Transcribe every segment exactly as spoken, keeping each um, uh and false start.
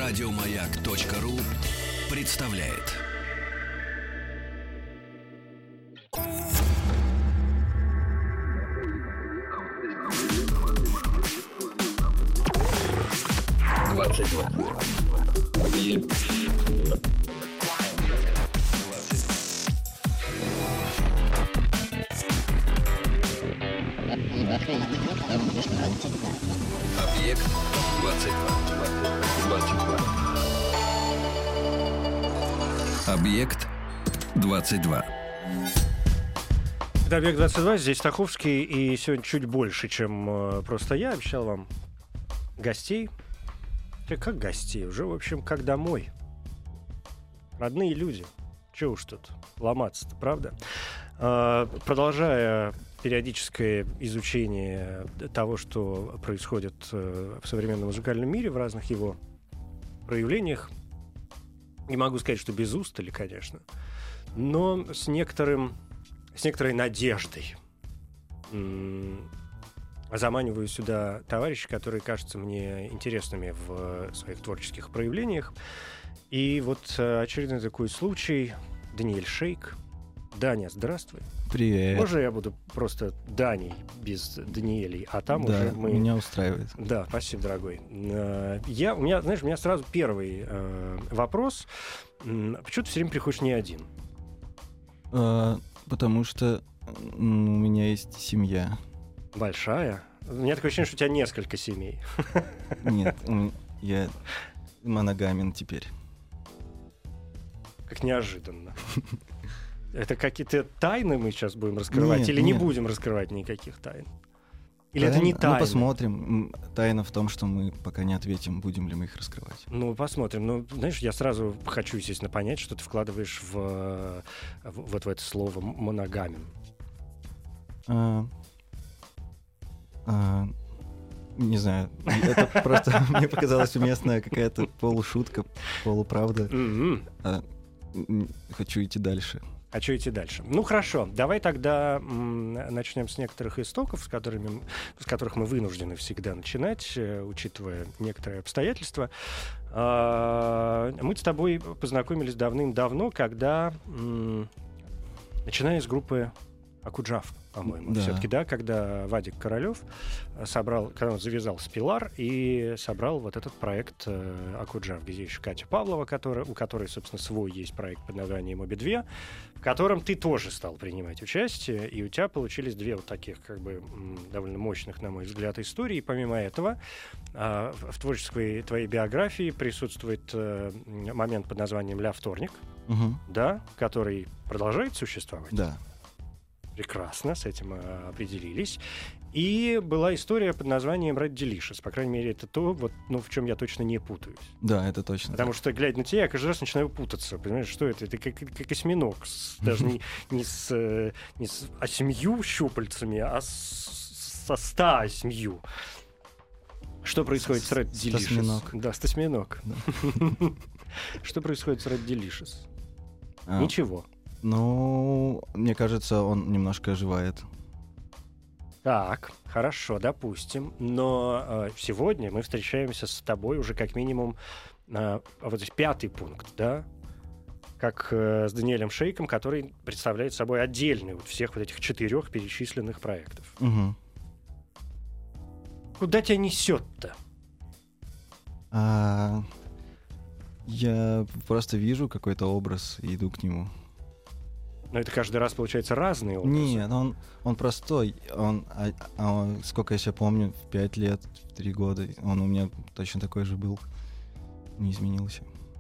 Радиомаяк.ру представляет. двадцать два. Объект двадцать два. двадцать два. Объект двадцать два. Это «Объект двадцать два», здесь Стаховский, и сегодня чуть больше, чем э, просто я. Обещал вам гостей. Да как гостей? Уже, в общем, как домой. Родные люди. Чего уж тут ломаться-то, правда? Э, продолжая периодическое изучение того, что происходит э, в современном музыкальном мире, в разных его проявлениях, не могу сказать, что без устали, конечно, но с некоторым с некоторой надеждой м- заманиваю сюда товарищей, которые кажутся мне интересными в своих творческих проявлениях. И вот очередной такой случай. Даниэль Шейк. Даня, здравствуй. Привет. Можно я буду просто Даней без Даниэлей, а там да, уже мы... меня устраивает. Да, спасибо, дорогой. Я, у меня, знаешь, у меня сразу первый э, вопрос. Почему ты все время приходишь не один? А, потому что у меня есть семья. Большая? У меня такое ощущение, что у тебя несколько семей. Нет, я моногамен теперь. Как неожиданно. Это какие-то тайны мы сейчас будем раскрывать? Нет, или нет. не будем раскрывать никаких тайн? Или Тайна? это не тайна? Ну, посмотрим. Тайна в том, что мы пока не ответим, будем ли мы их раскрывать. Ну, посмотрим. Ну, знаешь, я сразу хочу, естественно, понять, что ты вкладываешь в, в вот в это слово «моногамен». А, а, не знаю. Это просто мне показалась уместная какая-то полушутка, полуправда. А, хочу идти дальше. А что идти дальше? Ну, хорошо. Давай тогда м, начнем с некоторых истоков, с, которыми, с которых мы вынуждены всегда начинать, э, учитывая некоторые обстоятельства. А, мы с тобой познакомились давным-давно, когда, м, начиная с группы Акуджав, по-моему, да. все-таки, да, когда Вадик Королёв собрал, когда он завязал с Пилар и собрал вот этот проект э, Акуджав, где еще Катя Павлова, которая, у которой, собственно, свой есть проект под названием «Обе две», в котором ты тоже стал принимать участие, и у тебя получились две вот таких, как бы, довольно мощных, на мой взгляд, истории. И помимо этого, э, в творческой твоей биографии присутствует э, момент под названием «Ля вторник», угу. да, который продолжает существовать. Да. Прекрасно, с этим э, определились. И была история под названием Red Delicious. По крайней мере, это то, вот, ну, в чем я точно не путаюсь. Да, это точно. Потому так. что, глядя на тебя, я каждый раз начинаю путаться. Понимаешь, что это? Это как, как осьминог. С, даже не, не, с, не с осьмью щупальцами, а с, со ста осьмью. Что происходит с, с Red Delicious? Стасьминог. Да, стасьминог. Да. Что происходит с Red Delicious? А. Ничего. Ну, мне кажется, он немножко оживает. Так, хорошо, допустим. Но э, сегодня мы встречаемся с тобой уже как минимум э, вот здесь пятый пункт, да? Как э, с Даниэлем Шейком, который представляет собой отдельный вот всех вот этих четырех перечисленных проектов. Угу. Куда тебя несет-то? А, я просто вижу какой-то образ и иду к нему. Но это каждый раз, получается, разные образы. Нет, он, он простой. Он, а, а, сколько я себя помню, в пять лет, в три года, он у меня точно такой же был. Не изменился.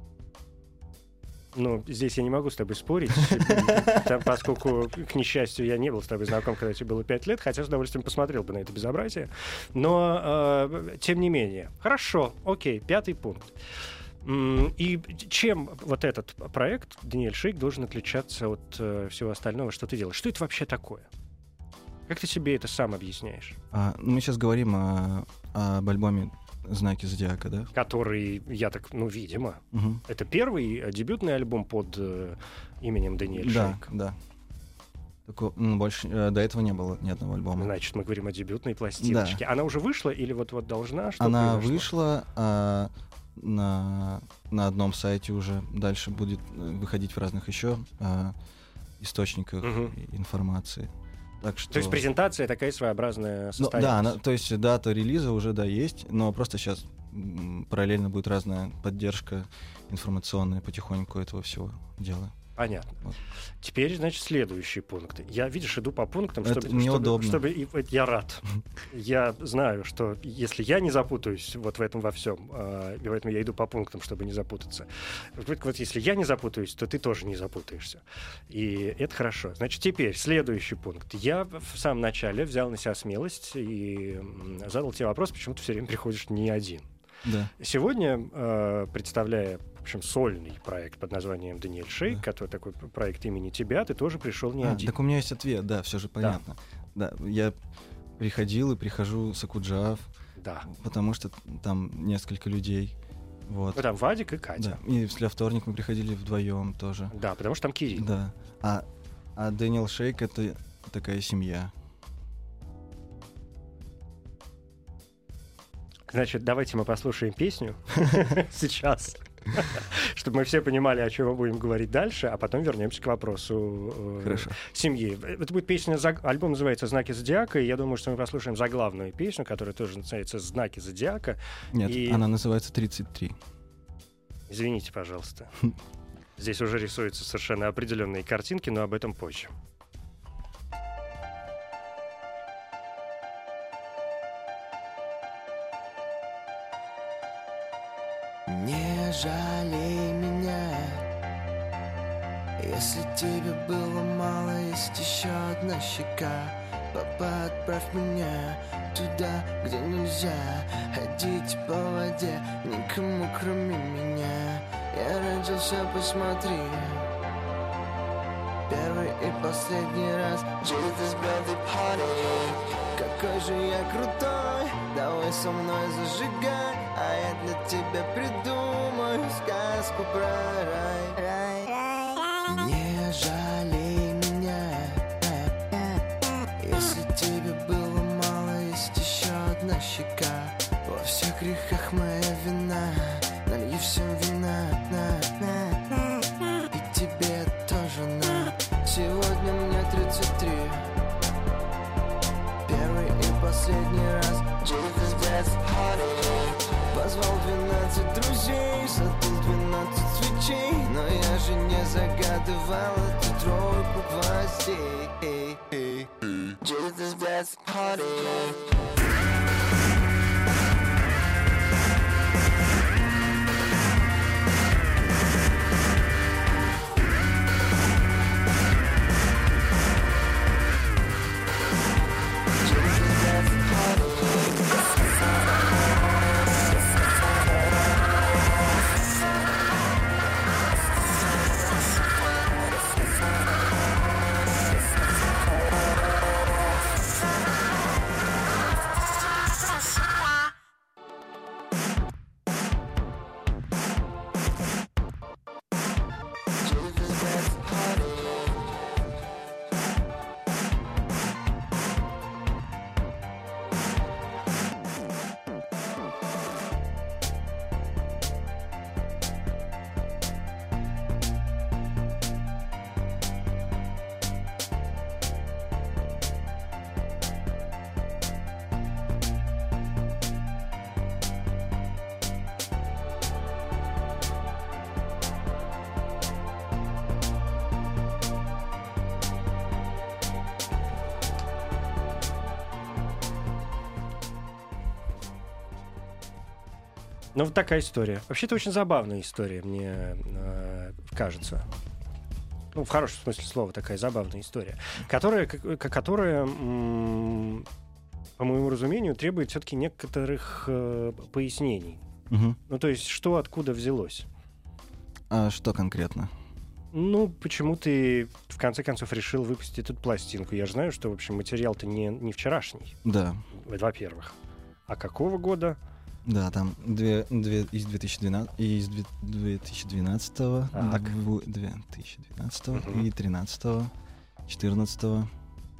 Ну, здесь я не могу с тобой спорить, поскольку, к несчастью, я не был с тобой знаком, когда тебе было пять лет, хотя с удовольствием посмотрел бы на это безобразие. Но, тем не менее. Хорошо, окей, пятый пункт. И чем вот этот проект Даниэль Шейк должен отличаться от э, всего остального, что ты делаешь? Что это вообще такое? Как ты себе это сам объясняешь? А, ну, мы сейчас говорим о, об альбоме «Знаки зодиака», да? Который, я так, ну, видимо, угу. это первый дебютный альбом под э, именем Даниэль да, Шейк. Да, да. Такого, ну, больше э, до этого не было ни одного альбома. Значит, мы говорим о дебютной пластиночке. Да. Она уже вышла или вот-вот должна? Что Она произошло? вышла, а, на, на одном сайте уже. Дальше будет выходить в разных еще э, источниках Мгм. информации. Так что... То есть презентация такая своеобразная Ну, состояние. да, она- то есть дата релиза уже, да, есть, но просто сейчас м, параллельно будет разная поддержка информационная потихоньку этого всего дела. Понятно. Вот. Теперь, значит, следующий пункт. Я, видишь, иду по пунктам, Это чтобы... неудобно. Чтобы, чтобы- и- я рад. Я знаю, что если я не запутаюсь вот в этом во всем, э, и поэтому я иду по пунктам, чтобы не запутаться. Вот, вот если я не запутаюсь, то ты тоже не запутаешься. И это хорошо. Значит, теперь следующий пункт. Я в самом начале взял на себя смелость и м, задал тебе вопрос, почему ты все время приходишь не один. Да. Сегодня, э, представляя, в общем, сольный проект под названием «Даниэль Шейк», Да. который такой п- проект имени тебя, ты тоже пришел не А, один. так у меня есть ответ, да, все же понятно. Да. я приходил и прихожу с Акуджав, Да. потому что там несколько людей. Вот. Ну, там Вадик и Катя. Да. И в вторник мы приходили вдвоем тоже. Да, потому что там Кирилл. Да. А, а Дэниел Шейк — это такая семья. Значит, давайте мы послушаем песню сейчас, чтобы мы все понимали, о чем мы будем говорить дальше, а потом вернемся к вопросу э, Хорошо. семьи. Это будет песня, заг- альбом называется «Знаки зодиака», и я думаю, что мы послушаем заглавную песню, которая тоже называется «Знаки зодиака». Нет, И- она называется тридцать три. Извините, пожалуйста. Здесь уже рисуются совершенно определенные картинки, но об этом позже. Не жалей меня, если тебе было мало, есть еще одна щека. Папа, отправь меня туда, где нельзя ходить по воде никому, кроме меня. Я родился, посмотри, первый и последний раз. Jesus birthday party. Какой же я крутой, давай со мной зажигай, а я для тебя придумаю сказку про рай. Не жалей меня, если тебе было мало, есть еще одна щека. Во всех грехах моя вина, налью всем вина, на, на, и тебе тоже на. Сегодня мне тридцать три. Первый и последний раз Jesus Death Party. Позвал двенадцать друзей, задул двенадцать свечей, но я же не загадывал эту тройку гвоздей. Jesus Death Party. Ну, вот такая история. Вообще-то очень забавная история, мне э, кажется. Ну, в хорошем смысле слова, такая забавная история. Которая, к- к- которая м, по моему разумению, требует все-таки некоторых э, пояснений. Мгм. Ну, то есть, что откуда взялось? А что конкретно? Ну, почему ты, в конце концов, решил выпустить эту пластинку? Я же знаю, что, в общем, материал-то не, не вчерашний, Да, во-первых. А какого года? да, там две, две из две тысячи двенадцатого, и из две- две тысячи двенадцатого, Так. дву- две тысячи двенадцатого Мгм. и тринадцатого, четырнадцатого.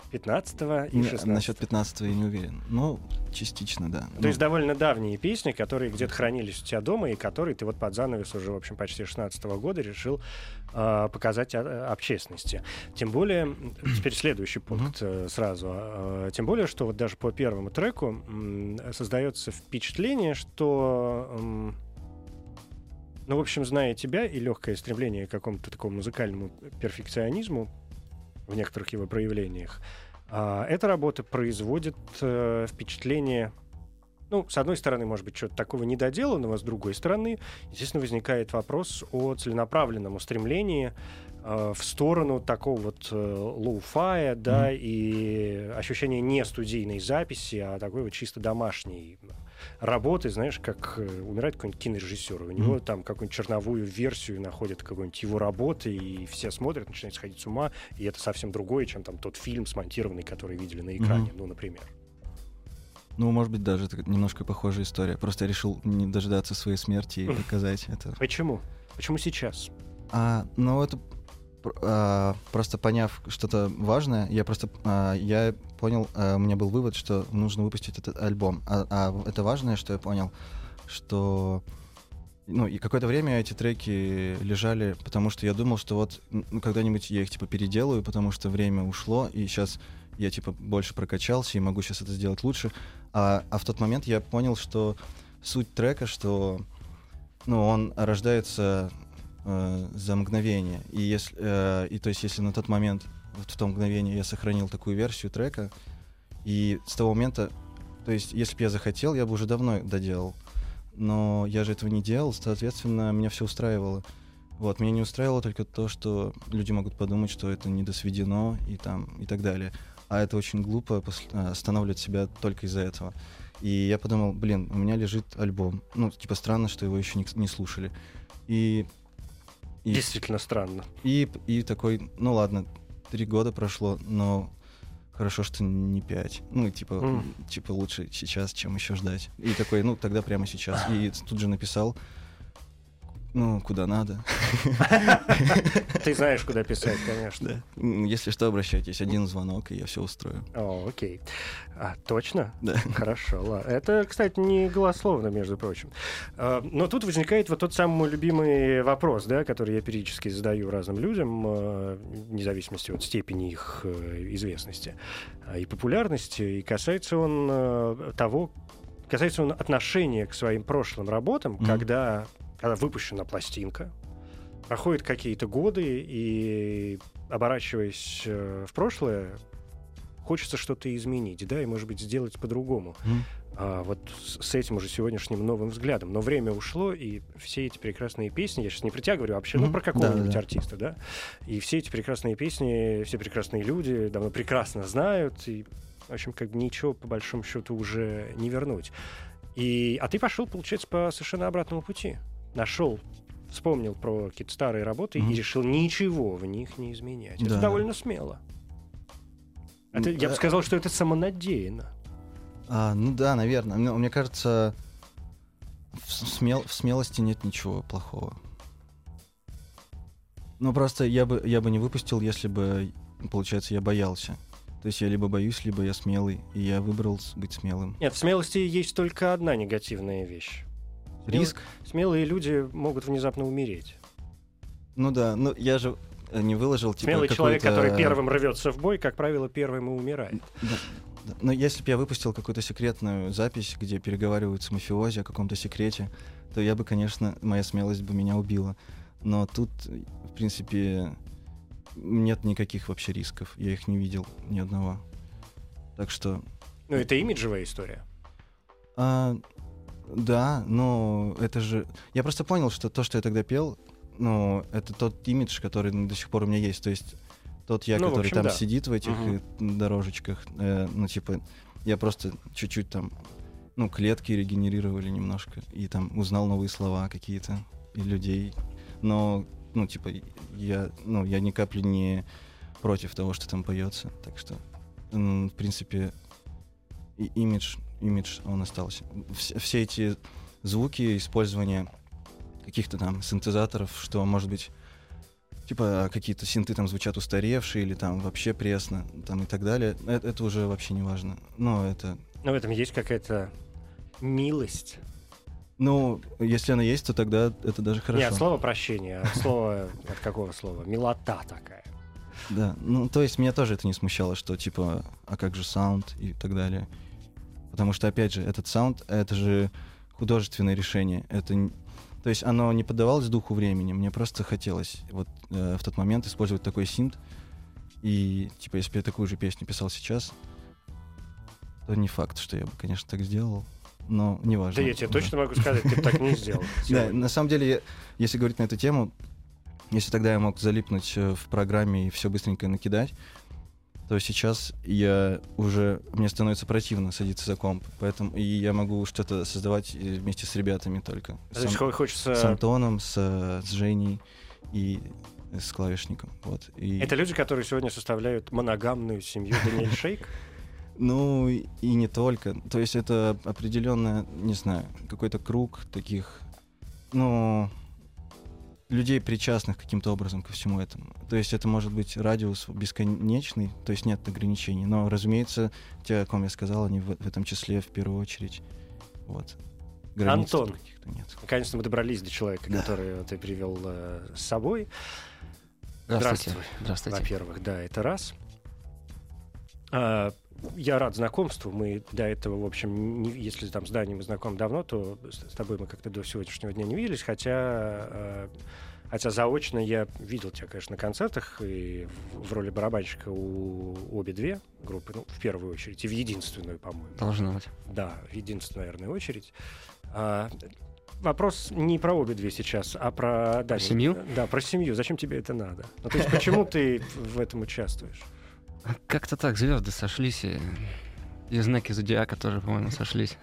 пятнадцатого и Не, шестнадцатого. насчет пятнадцатого я не уверен. Ну, частично, да. То Ну, есть довольно давние песни, которые где-то хранились у тебя дома, и которые ты вот под занавес уже, в общем, почти шестнадцатого года решил э, показать о- общественности. Тем более, теперь следующий пункт э, сразу. Э, тем более, что вот даже по первому треку м, создается впечатление, что... м, ну, в общем, зная тебя и легкое стремление к какому-то такому музыкальному перфекционизму в некоторых его проявлениях, а, эта работа производит э, впечатление, ну, с одной стороны, может быть, чего-то такого недоделанного, с другой стороны, естественно, возникает вопрос о целенаправленном устремлении э, в сторону такого вот э, лоу-фая, да, Mm-hmm. и ощущения не студийной записи, а такой вот чисто домашней работы, знаешь, как э, умирает какой-нибудь кинорежиссер, у него Mm-hmm. там какую-нибудь черновую версию находят какой-нибудь его работы, и все смотрят, начинают сходить с ума, и это совсем другое, чем там тот фильм смонтированный, который видели на экране, Mm-hmm. ну, например. Ну, может быть, даже это немножко похожая история. Просто я решил не дожидаться своей смерти и показать это. Почему? Почему сейчас? А, ну, это пр- а, просто поняв что-то важное, я просто а, я понял, а, у меня был вывод, что нужно выпустить этот альбом. А, а это важное, что я понял, что ну и какое-то время эти треки лежали, потому что я думал, что вот ну, когда-нибудь я их типа переделаю, потому что время ушло, и сейчас я типа больше прокачался и могу сейчас это сделать лучше. А, а в тот момент я понял, что суть трека, что ну, он рождается э, за мгновение. И, если, э, и то есть если на тот момент, вот в то мгновение я сохранил такую версию трека, и с того момента, то есть если бы я захотел, я бы уже давно доделал. Но я же этого не делал, соответственно, меня все устраивало. Вот, меня не устраивало только то, что люди могут подумать, что это недосведено и, там, и так далее. А это очень глупо пос- останавливать себя только из-за этого. И я подумал, блин, у меня лежит альбом. Ну, типа странно, что его еще не, не слушали. И, и, Действительно странно. и, и такой, ну ладно, три года прошло, но хорошо, что не пять. Ну, типа, Mm. типа лучше сейчас, чем еще ждать. И такой, ну, тогда прямо сейчас. И тут же написал, ну, куда надо. Ты знаешь, куда писать, конечно. Да. М, Если что, обращайтесь. Один звонок, и я все устрою. О, окей. А, точно? Да. Хорошо, ладно. Это, кстати, не голословно, между прочим. А, но тут возникает вот тот самый мой любимый вопрос, да, который я периодически задаю разным людям, а, вне зависимости от степени их э, известности а, и популярности. И касается он а, того, касается он отношения к своим прошлым работам, Мгм. когда, когда выпущена пластинка, проходят какие-то годы, и, оборачиваясь э, в прошлое, хочется что-то изменить, да, и, может быть, сделать по-другому. Мгм. А, вот с, с этим уже сегодняшним новым взглядом. Но время ушло, и все эти прекрасные песни, я сейчас не про тебя говорю, а вообще, ну, Мгм. про какого-нибудь Да-да-да. артиста, да, и все эти прекрасные песни, все прекрасные люди давно прекрасно знают, и, в общем, как бы ничего, по большому счету, уже не вернуть. И, а ты пошел, получается, по совершенно обратному пути. Нашел, вспомнил про какие-то старые работы Мгм. и решил ничего в них не изменять. Это Да. довольно смело. Это, я бы Да. сказал, что это самонадеянно. А, ну да, наверное. Мне, мне кажется, в, смел, в смелости нет ничего плохого. Ну просто я бы, я бы не выпустил, если бы, получается, я боялся. То есть я либо боюсь, либо я смелый, и я выбрал с- быть смелым. Нет, в смелости есть только одна негативная вещь. Смел- Риск? Смелые люди могут внезапно умереть. Ну да, ну я же э, не выложил типа Смелый человек, какой-то- который первым рвется в бой, как правило, первым и умирает. Да, да. Но если бы я выпустил какую-то секретную запись, где переговаривают с мафиози о каком-то секрете, то я бы, конечно, моя смелость бы меня убила. Но тут, в принципе, нет никаких вообще рисков. Я их не видел ни одного. Так что... Ну, это имиджевая история. а, да, но это же... Я просто понял, что то, что я тогда пел, ну, это тот имидж, который до сих пор у меня есть. То есть тот я, Ну, в который общем, там да. сидит в этих Мгм. э, дорожечках, э, ну, типа, я просто чуть-чуть там, ну, клетки регенерировали немножко, и там узнал новые слова какие-то и людей. Но, ну, типа, я, ну, я ни капли не против того, что там поется. Так что, м, в принципе, и имидж, имидж, он остался. Вс- все эти звуки, использование каких-то там синтезаторов, что, может быть, типа какие-то синты там звучат устаревшие или там вообще пресно, там и так далее. Это, это уже вообще не важно. Но это... Но в этом есть какая-то милость. Ну, если она есть, то тогда это даже хорошо. Не от слова прощения, а от слова... От какого слова? Милота такая. Да, ну, то есть меня тоже это не смущало, что типа, а как же саунд и так далее. Потому что, опять же, этот саунд, это же художественное решение. Это... н- То есть оно не поддавалось духу времени, мне просто хотелось вот э, в тот момент использовать такой синт. И, типа, если бы я такую же песню писал сейчас, то не факт, что я бы, конечно, так сделал. Но неважно. Да я тебе уже. точно могу сказать, ты бы так не сделал. Да, сегодня. на самом деле, я- если говорить на эту тему, если тогда я мог залипнуть э, в программе и все быстренько накидать, то сейчас я уже... Мне становится противно садиться за комп. Поэтому и я могу что-то создавать э, вместе с ребятами только. То есть С Ан- хочется... с Антоном, с, э, с Женей и с клавишником. Вот. И, Это люди, которые сегодня составляют моногамную семью Даниэль Шейк? Ну, и и не только. То есть это определенно, не знаю, какой-то круг таких, ну, людей, причастных каким-то образом ко всему этому. То есть это может быть радиус бесконечный, то есть нет ограничений. Но, разумеется, те, о ком я сказал, они в, в этом числе в первую очередь. Вот. Границ Антон. каких-то нет. Наконец-то мы добрались до человека, Да. который ты привел э, с собой. Здравствуйте. Здравствуй. Здравствуйте. Во-первых, да, это раз. А, я рад знакомству. Мы до этого, в общем, не- если там с Даней мы знакомы давно, то с, с тобой мы как-то до сегодняшнего дня не виделись, хотя, э, хотя заочно я видел тебя, конечно, на концертах и в, в роли барабанщика у обе две группы, ну, в первую очередь, и в единственную, по-моему. Должно быть. Да, в единственную, наверное, очередь. А, вопрос не про обе две сейчас, а про... Даню. семью? Да, про семью. Зачем тебе это надо? Ну, то есть почему ты в этом участвуешь? Как-то так звезды сошлись, и, и знаки зодиака тоже, по-моему, сошлись.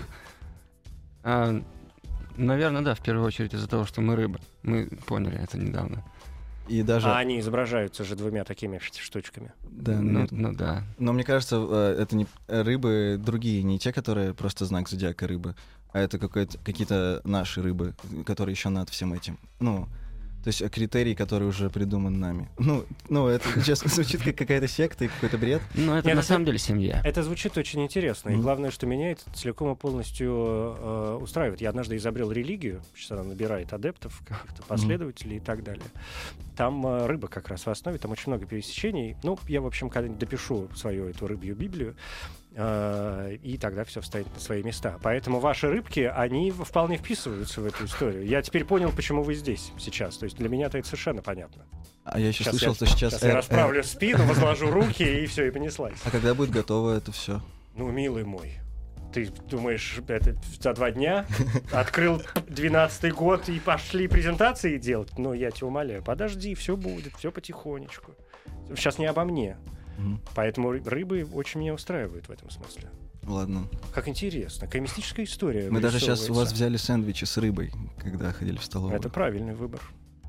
А, наверное, да, в первую очередь из-за того, что мы рыбы. Мы поняли это недавно. И даже... А они изображаются же двумя такими ш- штучками. Да, ну, наверное. ну да. Но мне кажется, э, это не рыбы другие, не те, которые просто знак зодиака рыбы, а это какой-то- какие-то наши рыбы, которые еще над всем этим. Ну, то есть э, критерии, которые уже придуманы нами. Ну, ну это честно звучит как какая-то секта и какой-то бред. Ну, это Нет, на это- самом деле семья. Это звучит очень интересно. И Мгм. главное, что меня это целиком и полностью э, устраивает. Я однажды изобрел религию. Сейчас она набирает адептов, каких-то последователей и так далее. Там э, рыба как раз в основе. Там очень много пересечений. Ну, я, в общем, когда-нибудь допишу свою эту рыбью Библию. э, И тогда все встанет на свои места. Поэтому ваши рыбки, они вполне вписываются в эту историю. Я теперь понял, почему вы здесь сейчас. То есть для меня-то это совершенно понятно. А я еще Сейчас слышал, я, что сейчас... сейчас я эр- расправлю спину, возложу руки, и все, и понеслась. А когда будет готово это все? Ну, милый мой, ты думаешь, это за два дня открыл двенадцатый год и пошли презентации делать? Ну, я тебя умоляю, подожди, все будет, все потихонечку. Сейчас не обо мне. Поэтому ры- рыбы очень меня устраивают в этом смысле. Ладно. Как интересно, какая мистическая история. Мы даже сейчас у вас вырисовывается. взяли сэндвичи с рыбой, когда ходили в столовую. Это правильный выбор.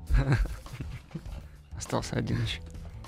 Остался один еще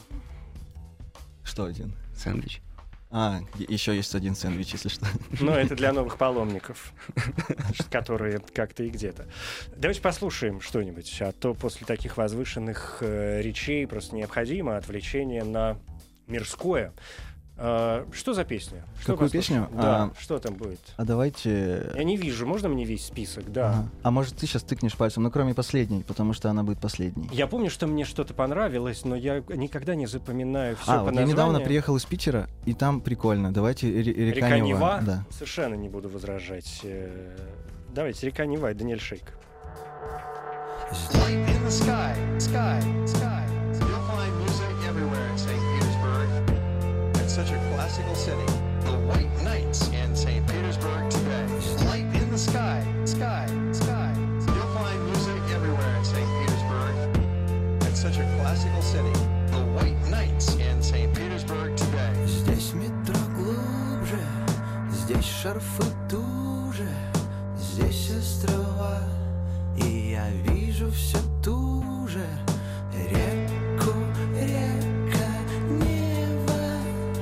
Что один? сэндвич. А, еще есть один сэндвич, если что. Но это для новых паломников, которые как-то и где-то. Давайте послушаем что-нибудь, а то после таких возвышенных э, речей просто необходимо отвлечение на мирское. А, что за песня? Что Какую послушаем? песню? Да, А, что там будет? А давайте... Я не вижу, можно мне весь список? Да. Ага. А может, ты сейчас тыкнешь пальцем, ну, кроме последней, потому что она будет последней. Я помню, что мне что-то понравилось, но я никогда не запоминаю все а, по вот я названию. недавно приехал из Питера, и там прикольно. Давайте ре- река, Река Нева. Нева? Да. Совершенно не буду возражать. Э, Давайте, река Нева и Даниэль Шейк. Light in the sky, sky, sky. You'll find music everywhere in Saint Petersburg. It's such a classical city. The White Knights in Saint Petersburg today. Light in the sky, sky, sky. You'll find music everywhere in Saint Petersburg. It's such a classical city. The White Knights in Saint Petersburg today. Здесь метро глубже, здесь шарфы туже, здесь острова, и я вижу все ту же реку, река Нева,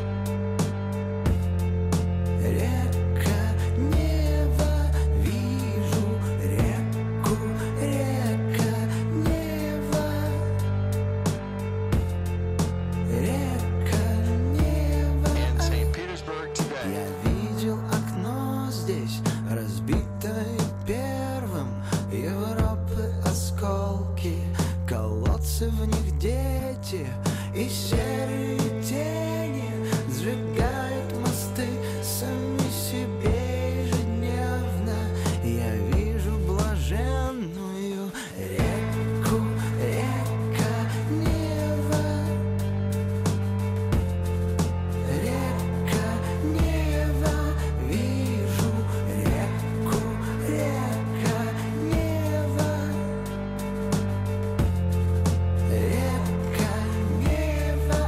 река Нева, вижу реку, река Нева. здесь, разбитой первым Европы осколки, колодцы, в них дети и серые тени сжигают мосты сами себе ежедневно. Я вижу блаженную реку, река Нева, река Нева, вижу реку, река Нева, река Нева.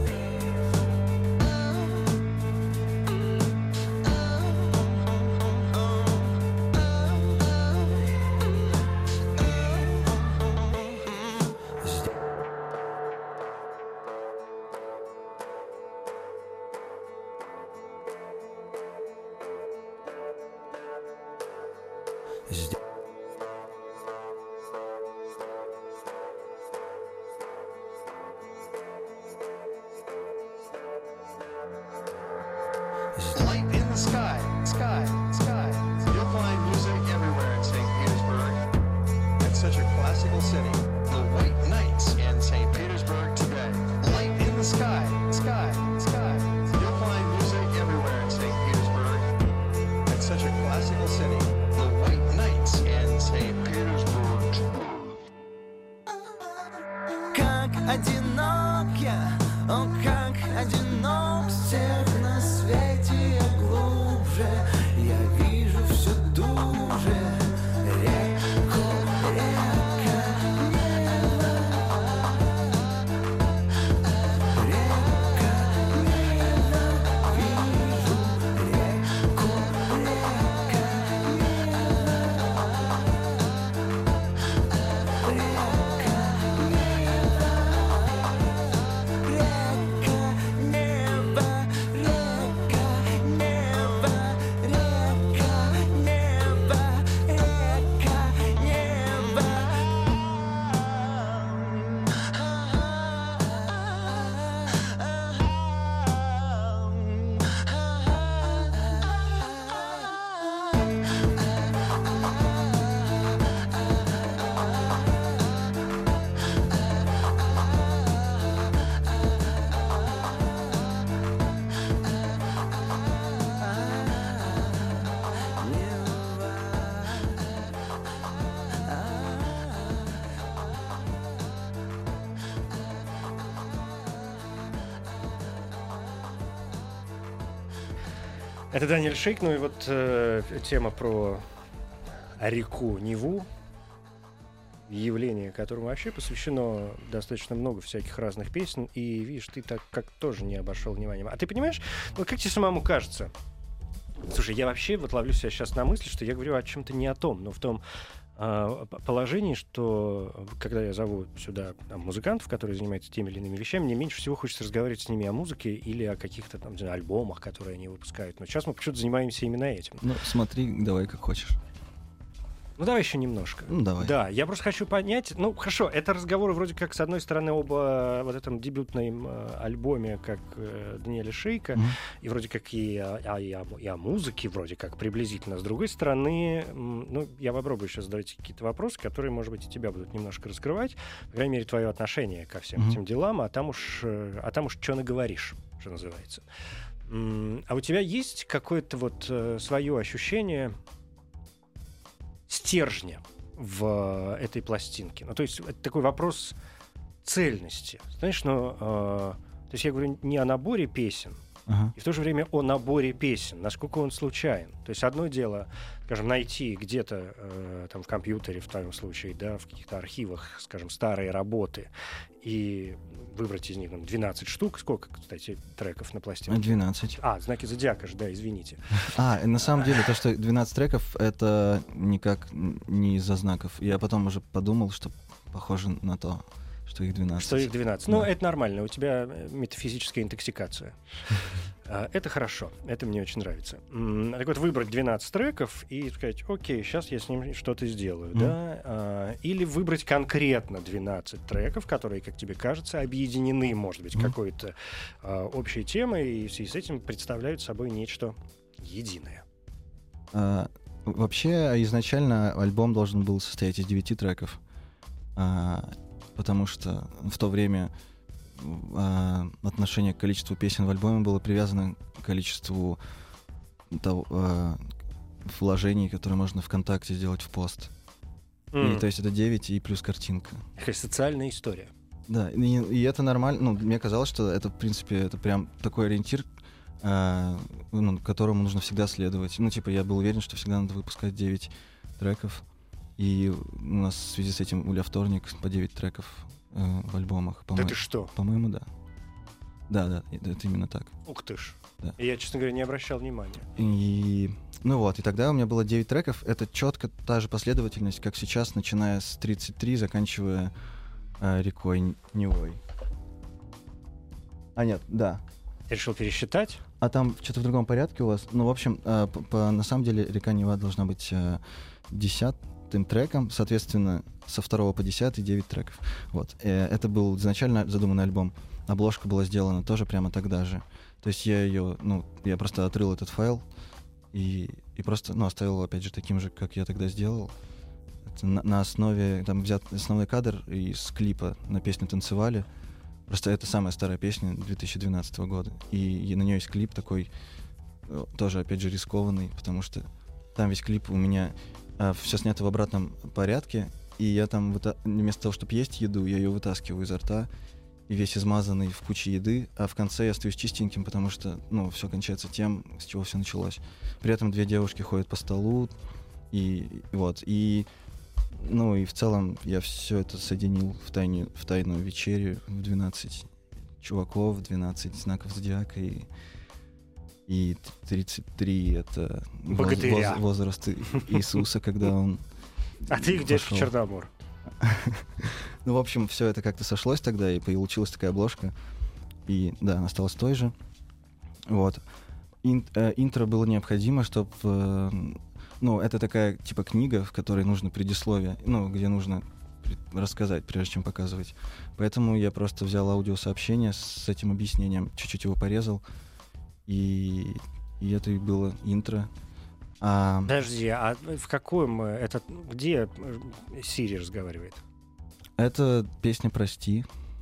Здесь. Light in the sky, sky, sky. You'll find music everywhere in Saint Petersburg. It's such a classical city. The White Knights in Saint Petersburg today. Light in the sky, sky, sky. You'll find music everywhere in Saint Petersburg. It's such a classical city. The White Knights in Saint Petersburg. Как одинок я, о, как одинок всех на свете я глубже, я вижу все дуже реку, река Нева, река Нева, вижу реку, река Нева, река Это Даниэль Шейк, ну и вот э, тема про реку Неву, явление, которому вообще посвящено достаточно много всяких разных песен, и видишь, ты так как тоже не обошел вниманием. А ты понимаешь, вот как тебе самому кажется? Слушай, я вообще вот ловлю себя сейчас на мысли, что я говорю о чем-то не о том, но в том э, положении, что когда я зову сюда там, музыкантов, которые занимаются теми или иными вещами, мне меньше всего хочется разговаривать с ними о музыке или о каких-то там, не знаю, альбомах, которые они выпускают. Но сейчас мы почему-то занимаемся именно этим. Ну, смотри, давай как хочешь. Ну, давай еще немножко. Ну, давай. Да, я просто хочу понять... Ну, хорошо, это разговоры вроде как, с одной стороны, об э, вот этом дебютном э, альбоме, как э, Даниэля Шейка, Мгм. и вроде как и, о- а, и, о, и о музыке, вроде как, приблизительно. С другой стороны, м, ну, я попробую сейчас задать какие-то вопросы, которые, может быть, и тебя будут немножко раскрывать, по крайней мере, твое отношение ко всем Мгм. этим делам, а там уж, э, а там уж что наговоришь, что называется. М, А у тебя есть какое-то вот э, свое ощущение стержня в э, этой пластинке? Ну, то есть это такой вопрос цельности. Знаешь, ну, э, то есть я говорю не о наборе песен, Ага. и в то же время о наборе песен, насколько он случайен. То есть одно дело, скажем, найти где-то э, там в компьютере, в твоем случае, да, в каких-то архивах, скажем, старые работы, и выбрать из них там, двенадцать штук. Сколько, кстати, треков на пластинке? двенадцать. А, «Знаки зодиака» же, да, извините. А, на самом деле, то, что двенадцать треков, это никак не из-за знаков. Я потом уже подумал, что похоже на то, что их двенадцать. Что их двенадцать. Да. Ну, это нормально, у тебя э, метафизическая интоксикация. А, Это хорошо, это мне очень нравится. М, Так вот, выбрать двенадцать треков и сказать, окей, сейчас я с ним что-то сделаю, Мгм. да? А, Или выбрать конкретно двенадцать треков, которые, как тебе кажется, объединены, может быть, Мгм. какой-то а, общей темой, и в связи с этим представляют собой нечто единое. А, вообще, изначально альбом должен был состоять из девяти треков, а, потому что в то время а, отношение к количеству песен в альбоме было привязано к количеству того, а, вложений, которые можно ВКонтакте сделать в пост. М. И, то есть это девять и плюс картинка. Такая социальная история. Да, и, и это нормально. Ну, мне казалось, что это, в принципе, это прям такой ориентир, а, ну, которому нужно всегда следовать. Ну, типа, я был уверен, что всегда надо выпускать девять треков. И у нас в связи с этим Уля вторник по девять треков э, в альбомах. Да По-мо- ты что? По-моему, да. Да, да, это это именно так. Ух ты ж. Да. Я, честно говоря, не обращал внимания. И, ну вот, и тогда у меня было девять треков. Это четко та же последовательность, как сейчас, начиная с тридцать три, заканчивая э, рекой Невой. А нет, да. Ты решил пересчитать? А там что-то в другом порядке у вас? Ну, в общем, э, по- по- на самом деле река Нева должна быть э, десятым треком, соответственно, со второго по десятый девять треков. Вот. Э, это был изначально задуманный альбом. Обложка была сделана тоже прямо тогда же. То есть я ее, ну, я просто отрыл этот файл и, и просто, ну, оставил его, опять же, таким же, как я тогда сделал. Это на, на основе, там взят основной кадр из клипа на песню «Танцевали». Просто это самая старая песня две тысячи двенадцатого года. И, и на нее есть клип такой, э, тоже, опять же, рискованный, потому что там весь клип у меня э, все снято в обратном порядке, и я там, выта- вместо того, чтобы есть еду, я ее вытаскиваю изо рта, и весь измазанный в куче еды, а в конце я остаюсь чистеньким, потому что, ну, все кончается тем, с чего все началось. При этом две девушки ходят по столу, и, и вот, и, ну, и в целом я все это соединил в, тайне, в тайную вечерю в двенадцать чуваков, двенадцать знаков зодиака, и, и тридцать три — это воз- Богатыря. воз- возраст И- Иисуса, когда он А ты где-то пошел. Черномор. Ну, в общем, все это как-то сошлось тогда, и получилась такая обложка. И да, она осталась той же. Вот. Ин- э, интро было необходимо, чтобы... ну, это такая, типа, книга, в которой нужно предисловие, ну, где нужно пред- рассказать, прежде чем показывать. Поэтому я просто взял аудиосообщение с этим объяснением, чуть-чуть его порезал, и, и это и было интро. А, Подожди, а в каком... э, Это, где э, Сири разговаривает? это песня «Прости»,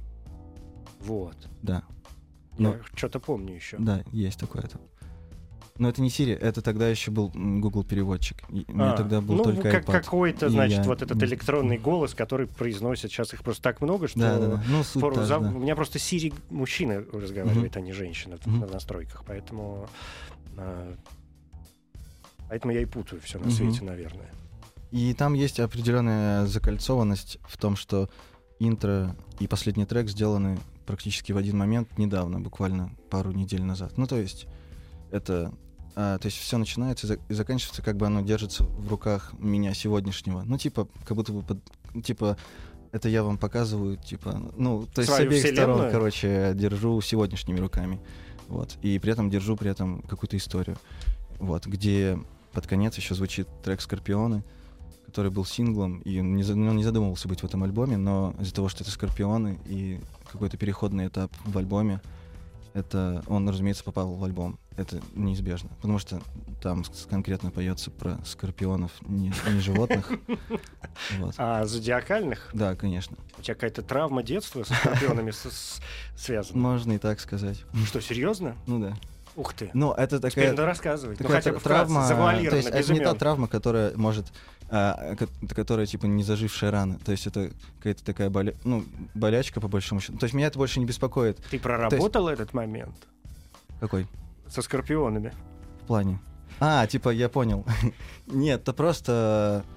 Вот. да. Я Ну, что-то помню еще. Да, есть такое-то. Но это не Siri, это тогда еще был м, Google переводчик. И у меня А, тогда был ну, только как, iPad. какой-то, И значит, я вот этот не- электронный голос, который произносит. Сейчас их просто так много, что Да, да, да. Ну, суть впору та же, за- да. у меня просто Siri мужчина разговаривает, а не женщина Мгм. на настройках. Поэтому... а, Поэтому я и путаю все на Мгм. свете, наверное. И там есть определенная закольцованность в том, что интро и последний трек сделаны практически в один момент, недавно, буквально пару недель назад. Ну, то есть это... а, то есть все начинается и, за- и заканчивается, как бы оно держится в руках меня сегодняшнего. Ну, типа, как будто бы... под- ну, типа, это я вам показываю, типа... Ну, то есть Свою с обеих вселенную? сторон, короче, держу сегодняшними руками. Вот. И при этом держу при этом какую-то историю. Вот. Где под конец еще звучит трек «Скорпионы», который был синглом, и он не, за- он не задумывался быть в этом альбоме, но из-за того, что это «Скорпионы» и какой-то переходный этап в альбоме, это он, разумеется, попал в альбом. Это неизбежно, потому что там с- конкретно поется про скорпионов, не, не животных. Вот. А зодиакальных? Да, конечно. У тебя какая-то травма детства со скорпионами с- с- связана? Можно и так сказать. Что, серьезно? Ну да. Ух ты. Но это Теперь такая... надо рассказывать. Ну, Такая хотя бы тра- вкратце, травма, то завуалированно, есть без это не та имен. травма, которая может, а, ко- которая типа не зажившая рана, то есть это какая-то такая боля... ну, болячка по большому счету. То есть меня это больше не беспокоит. Ты проработал этот момент Какой? со скорпионами? В плане? А, типа я понял. Нет, это просто,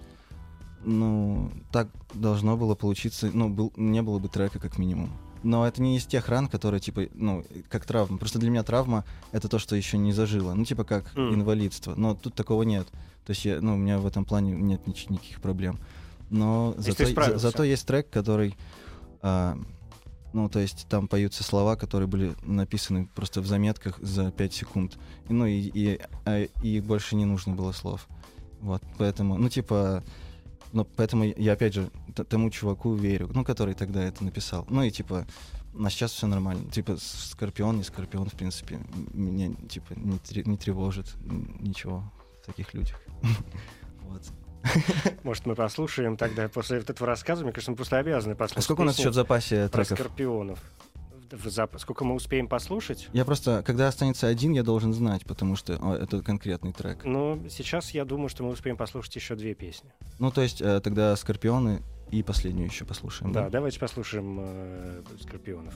ну, так должно было получиться, ну, был, не было бы трека как минимум. Но это не из тех ран, которые, типа, ну, как травма. Просто для меня травма — это то, что еще не зажило. Ну, типа, как Mm. инвалидство. Но тут такого нет. То есть, я, ну, у меня в этом плане нет нич- никаких проблем. Но есть ты зато, за- справился. зато есть трек, который... а, ну, то есть там поются слова, которые были написаны просто в заметках за пять секунд. И, ну, и, и, а, и больше не нужно было слов. Вот, поэтому, ну, типа... Ну, поэтому я, опять же, т- тому чуваку верю, ну, который тогда это написал. Ну, и, типа, а сейчас все нормально. Типа, Скорпион, не Скорпион, в принципе, м- меня, типа, не, тре- не тревожит м, ничего таких людях. Вот. Может, мы послушаем тогда после вот этого рассказа? Мне кажется, мы просто обязаны послушать. А сколько у нас песню еще в запасе про треков? скорпионов? В зап- Сколько мы успеем послушать? Я просто, когда останется один, я должен знать, потому что о, это конкретный трек. Ну, сейчас я думаю, что мы успеем послушать еще две песни. Ну, то есть э, тогда «Скорпионы» и последнюю еще послушаем. Да, давайте послушаем э, скорпионов.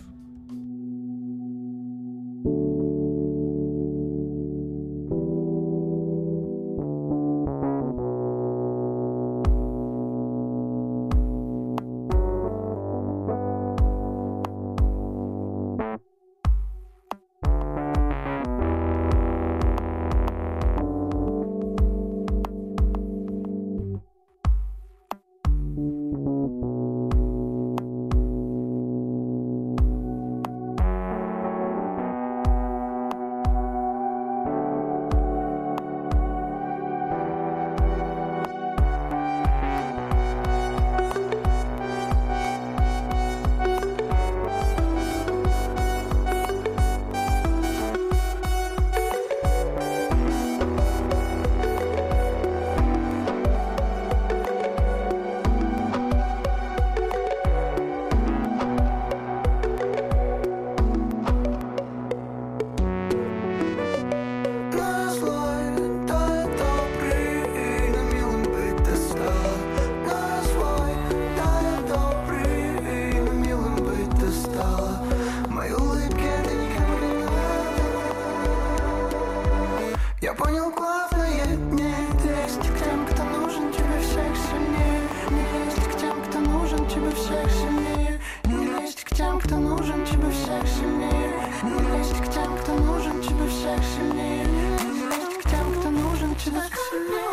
Я понял главное, не лезть к тем, кто нужен тебе всех сильнее. Не лезть к тем, кто нужен тебе всех сильнее. Не лезть к тем, кто нужен тебе всех сильнее. Не лезть к тем, кто нужен тебе всех сильнее. Не лезть к тем, кто нужен тебе всех сильнее.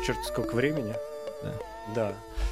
черт сколько времени. Да. Да.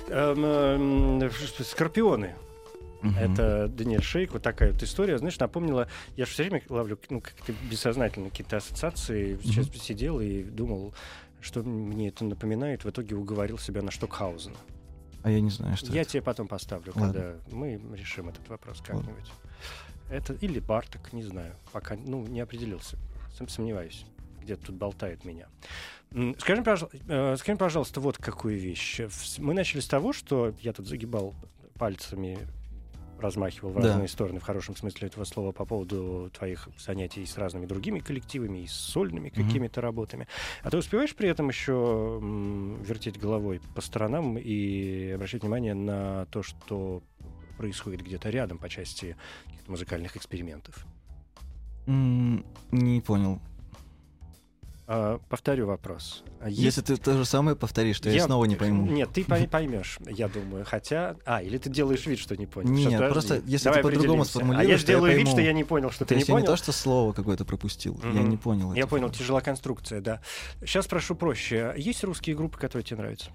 Эм, эм, Скорпионы. Мгм. Это Даниэль Шейк, вот такая вот история. Знаешь, напомнила, я же все время ловлю, ну, как-то бессознательно какие-то ассоциации. Сейчас Мгм. сидел и думал, что мне это напоминает. В итоге уговорил себя на Штокхаузена. А я не знаю, что Я это. тебе потом поставлю, Ладно. когда мы решим этот вопрос как-нибудь. Это или Барток, не знаю. Пока, ну, не определился. Сом- Сомневаюсь. Где-то тут болтает меня. М, Скажи, пожал- э, скажи, пожалуйста, вот какую вещь. В- Мы начали с того, что я тут загибал пальцами, размахивал в Да. разные стороны, в хорошем смысле этого слова, по поводу твоих занятий с разными другими коллективами и с сольными Мгм. какими-то работами. А ты успеваешь при этом еще м, вертеть головой по сторонам и обращать внимание на то, что происходит где-то рядом по части каких-то музыкальных экспериментов? М, Не понял. А, повторю вопрос. А Если есть- ты то же самое повторишь, то я, снова не пойму. Нет, ты пой- поймешь, я думаю. Хотя... А, или ты делаешь вид, что не понял. Нет, Щас, подожди. просто если Давай ты по-другому определимся. сформулируешь, А я же то я делаю вид, пойму. что я не понял, что То ты не есть я не понял. то, что слово какое-то пропустил. Я Мгм. не понял. Я это. понял, тяжела конструкция, да. Сейчас спрошу проще. Есть русские группы, которые тебе нравятся?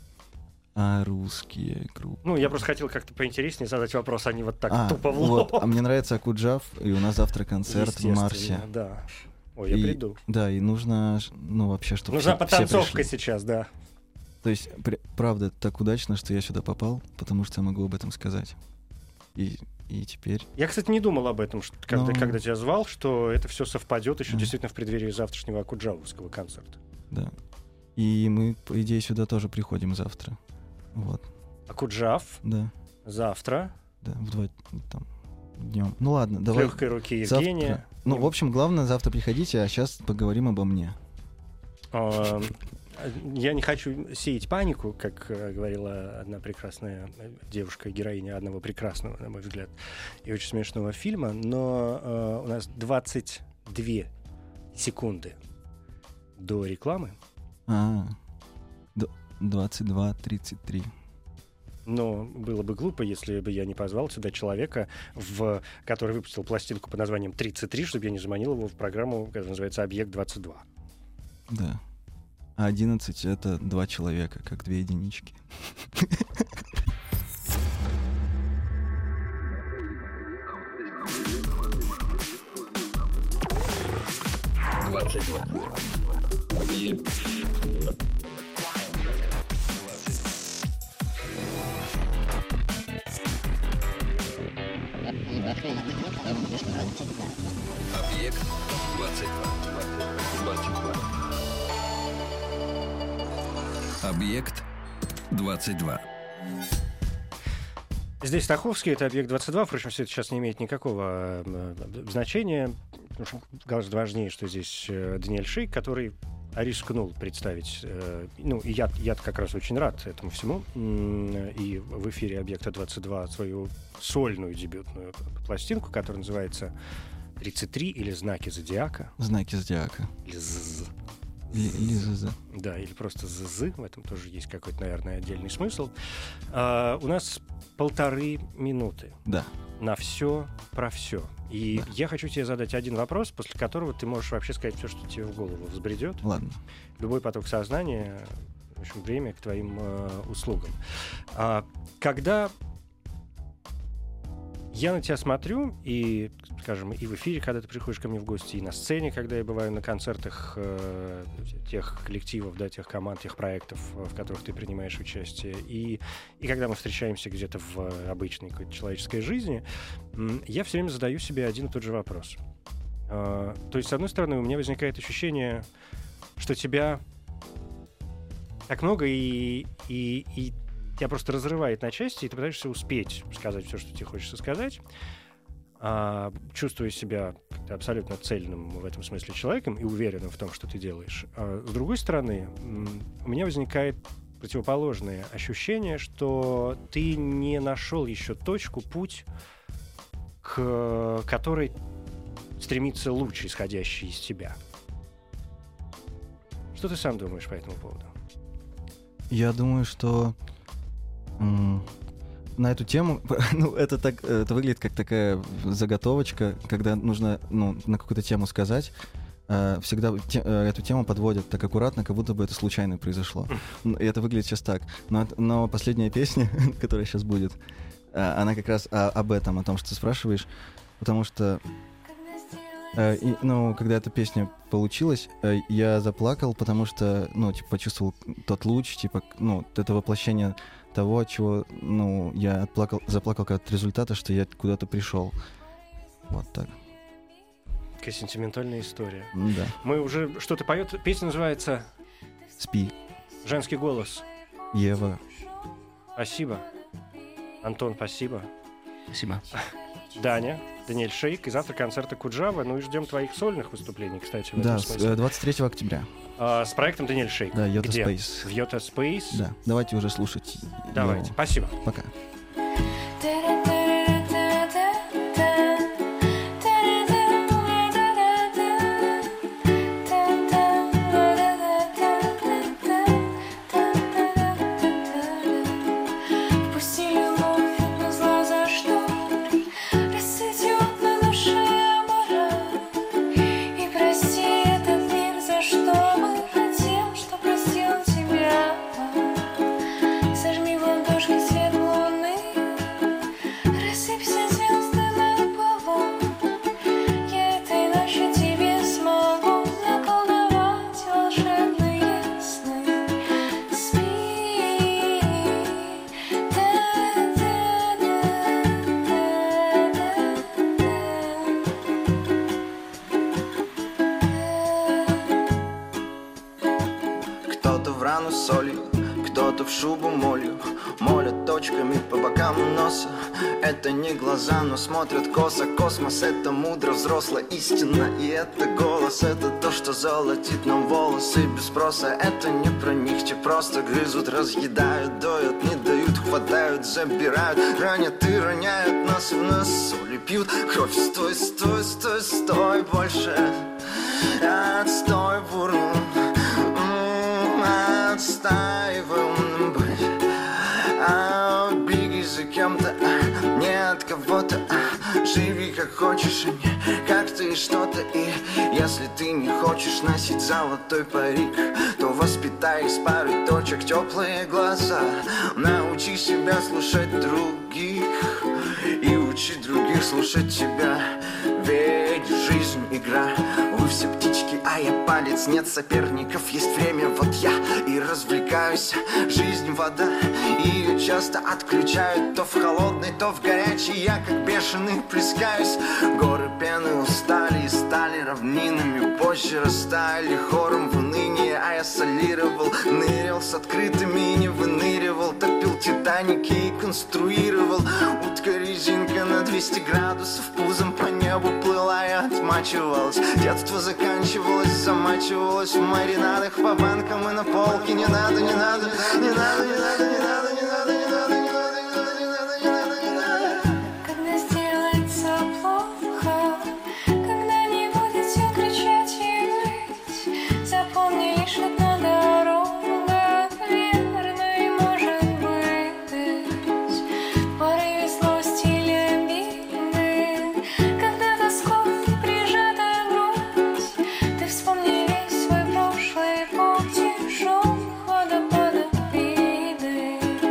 А русские группы. Ну, я просто хотел как-то поинтереснее задать вопрос, а не вот так А, тупо в лоб. вот. А мне нравится Акуджав, и у нас завтра концерт в Естественно, Марсе. Да. Ой, я И- приду. Да, и нужно, ж- ну, вообще, чтобы Нужна все, все подтанцовка пришли. сейчас, да. То есть, при- правда, так удачно, что я сюда попал, потому что я могу об этом сказать. И, и теперь... Я, кстати, не думал об этом, что, когда, Ну. когда тебя звал, что это все совпадет еще Мгм. действительно в преддверии завтрашнего Акуджавовского концерта. Да. И мы, по идее, сюда тоже приходим завтра. Вот, Акуджав да, завтра да, в два там, днем. Ну ладно, с давай. легкой руки завтра. Евгения. Ну, в общем, главное, завтра приходите, а сейчас поговорим обо мне. А, Я не хочу сеять панику, как э, говорила одна прекрасная э, девушка, героиня одного прекрасного, на мой взгляд, и очень смешного фильма, но э, у нас двадцать две секунды до рекламы, А, д- двадцать два тридцать три. но было бы глупо, если бы я не позвал сюда человека, в, который выпустил пластинку под названием тридцать три, чтобы я не заманил его в программу, которая называется «Объект двадцать два». Да. А одиннадцать — это два человека, как две единички. двадцать два. Объект двадцать два. двадцать два. Объект двадцать два. Здесь Стаховский, это «Объект двадцать два». Впрочем, все это сейчас не имеет никакого э, значения. Потому что гораздо важнее, что здесь э, Даниэль Шейк, который рискнул представить. Э, ну, и я, я как раз очень рад этому всему. М, И в эфире «Объекта двадцать два» свою сольную дебютную пластинку, которая называется «тридцать три» или «Знаки зодиака». Знаки зодиака. Или «ЗЗ». Ли- Лиза. Да, или просто ЗЗ, в этом тоже есть какой-то, наверное, отдельный смысл. А, у нас полторы минуты Да. на все про все. И Да. я хочу тебе задать один вопрос, после которого ты можешь вообще сказать все, что тебе в голову взбредет. Ладно. Любой поток сознания, в общем, время к твоим э, услугам. А, когда я на тебя смотрю, и, скажем, и в эфире, когда ты приходишь ко мне в гости, и на сцене, когда я бываю на концертах э, тех коллективов, да, тех команд, тех проектов, э, в которых ты принимаешь участие, и, и когда мы встречаемся где-то в обычной какой-то человеческой жизни, м, я все время задаю себе один и тот же вопрос. Э, то есть, с одной стороны, у меня возникает ощущение, что тебя так много, и, и, и тебя просто разрывает на части, и ты пытаешься успеть сказать все, что тебе хочется сказать, а, чувствуя себя абсолютно цельным в этом смысле человеком и уверенным в том, что ты делаешь. А, с другой стороны, м, у меня возникает противоположное ощущение, что ты не нашел еще точку, путь, к которой стремится луч, исходящий из тебя. Что ты сам думаешь по этому поводу? Я думаю, что м, на эту тему, ну, это так, это выглядит как такая заготовочка, когда нужно, ну, на какую-то тему сказать. э, всегда те- э, эту тему подводят так аккуратно, как будто бы это случайно произошло. Н- И это выглядит сейчас так. Но, это- но последняя песня, которая сейчас будет, э, она как раз о- об этом, о том, что ты спрашиваешь, потому что э, и, ну, когда эта песня получилась, э, я заплакал, потому что, ну, типа, почувствовал тот луч, типа, ну, это воплощение того, чего, ну, я отплакал, заплакал как от результата, что я куда-то пришел. Вот так. Какая сентиментальная история. Да. Мы уже что-то поет. Песня называется Спи, «Женский голос». Ева. Спасибо. Антон, спасибо. Спасибо. Даня, Даниэль Шейк. И завтра концерты Куджава. Ну и ждем твоих сольных выступлений, кстати, в Да, этом с, смысле. э, двадцать третьего октября. А, с проектом Даниэль Шейк. Да, Йота Где? Space. В Йота Space. Да, давайте уже слушать. Давайте. Еву. Спасибо. Пока. Пусти любовь на зла за шторы, расцветет на душе мораль. И прости этот мир, за что бы хотел, что простил тебя. Сожми в ладошки свет луны, рассыпься звезды над полом. Я этой ночью тебе смогу наколдовать волшебные сны. Спи, Кто-то в рану солью, кто-то в шубу молью, молят точками по бокам носа. Это не глаза, но смотрят косо. Космос — это мудро взрослая истина. И это голос, это то, что золотит нам волосы без спроса. Это не про них, те просто грызут, разъедают, доят, не дают, хватают, забирают, ранят и роняют нас в нас, соли пьют кровь. Стой, стой, стой, стой, больше отстой в урну. М, Отстаиваем быть, а беги за кем-то, а не от кого-то, а живи как хочешь, а не как ты что-то. И если ты не хочешь носить золотой парик, то воспитай из пары точек теплые глаза. Научи себя слушать других и учи других слушать тебя. Ведь жизнь — игра, вы все птички, а я палец. Нет соперников, есть время, вот я и развлекаюсь. Жизнь — вода, ее часто отключают, то в холодной, то в горячей. Я как бешеный плескаюсь. Горы пены устали и стали равнинами, позже растаяли хором в уныние. А я солировал, нырял с открытыми и не выныривал, топил Титаники и конструировал. Утка резинка на двести градусов пузом по небу плыла и отмачивалась. Детство заканчивалось, замачивалось в маринадах по банкам и на полке. Не надо, не надо, не надо, не надо, не надо, не надо, не надо, не надо, не надо, не надо, не надо, не надо. когда сделается плохо, когда не будет сил кричать и ныть, запомни лишь одна дорога, верной может быть. Порыве злости или обиды, когда тоской прижата грудь, ты вспомни весь свой прошлый путь, шум водопад обиды.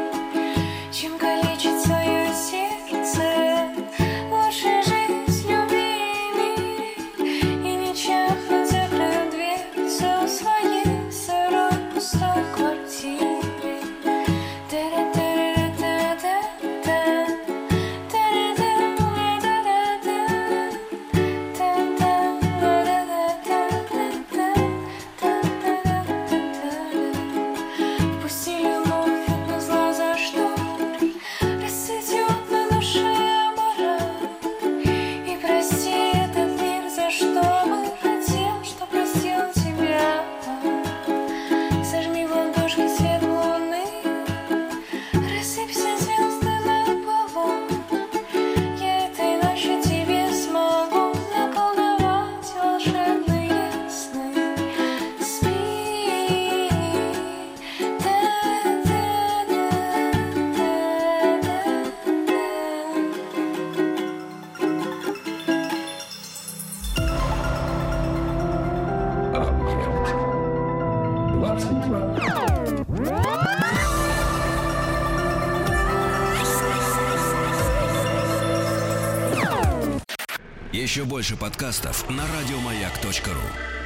Еще больше подкастов на радиомаяк точка ру.